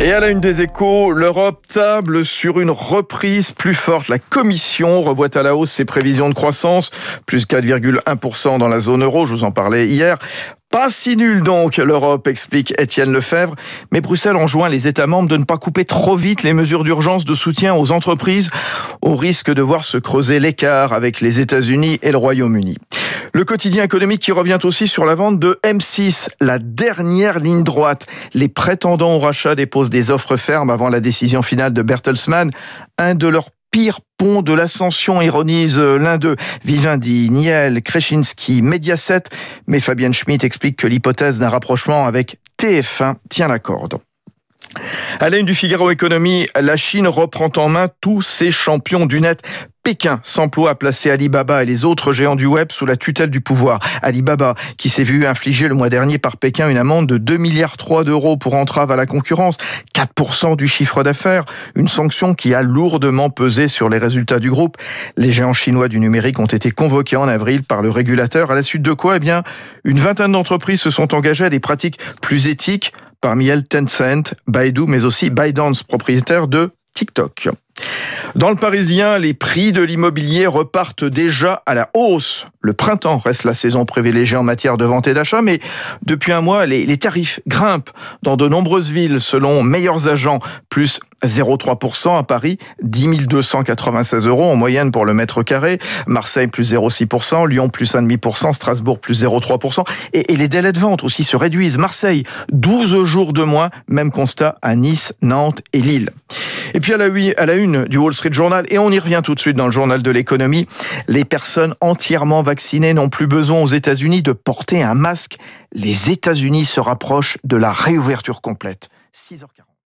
Et à la une des Échos, l'Europe table sur une reprise plus forte. La Commission revoit à la hausse ses prévisions de croissance, plus 4,1% dans la zone euro, je vous en parlais hier. Pas si nul donc, l'Europe, explique Étienne Lefebvre. Mais Bruxelles enjoint les États membres de ne pas couper trop vite les mesures d'urgence de soutien aux entreprises, au risque de voir se creuser l'écart avec les États-Unis et le Royaume-Uni. Le quotidien économique qui revient aussi sur la vente de M6, la dernière ligne droite. Les prétendants au rachat déposent des offres fermes avant la décision finale de Bertelsmann. Un de leurs pires ponts de l'ascension, ironise l'un d'eux. Vivendi, Niel, Kretinsky, Mediaset. Mais Fabienne Schmitt explique que l'hypothèse d'un rapprochement avec TF1 tient la corde. À la une du Figaro Économie, la Chine reprend en main tous ses champions du net. Pékin s'emploie à placer Alibaba et les autres géants du web sous la tutelle du pouvoir. Alibaba, qui s'est vu infliger le mois dernier par Pékin une amende de 2,3 milliards d'euros pour entrave à la concurrence, 4% du chiffre d'affaires, une sanction qui a lourdement pesé sur les résultats du groupe. Les géants chinois du numérique ont été convoqués en avril par le régulateur, à la suite de quoi, une vingtaine d'entreprises se sont engagées à des pratiques plus éthiques, parmi elles Tencent, Baidu, mais aussi ByteDance, propriétaire de TikTok. Dans le Parisien, les prix de l'immobilier repartent déjà à la hausse. Le printemps reste la saison privilégiée en matière de vente et d'achat, mais depuis un mois, les tarifs grimpent dans de nombreuses villes, selon Meilleurs Agents, plus 0,3% à Paris, 10 296 euros en moyenne pour le mètre carré, Marseille plus 0,6%, Lyon plus 1,5%, Strasbourg plus 0,3%, et les délais de vente aussi se réduisent. Marseille, 12 jours de moins, même constat à Nice, Nantes et Lille. Et puis à la une du Wall Street Journal, et on y revient tout de suite dans le journal de l'économie, les personnes entièrement vaccinées n'ont plus besoin aux États-Unis de porter un masque. Les États-Unis se rapprochent de la réouverture complète. 6h40.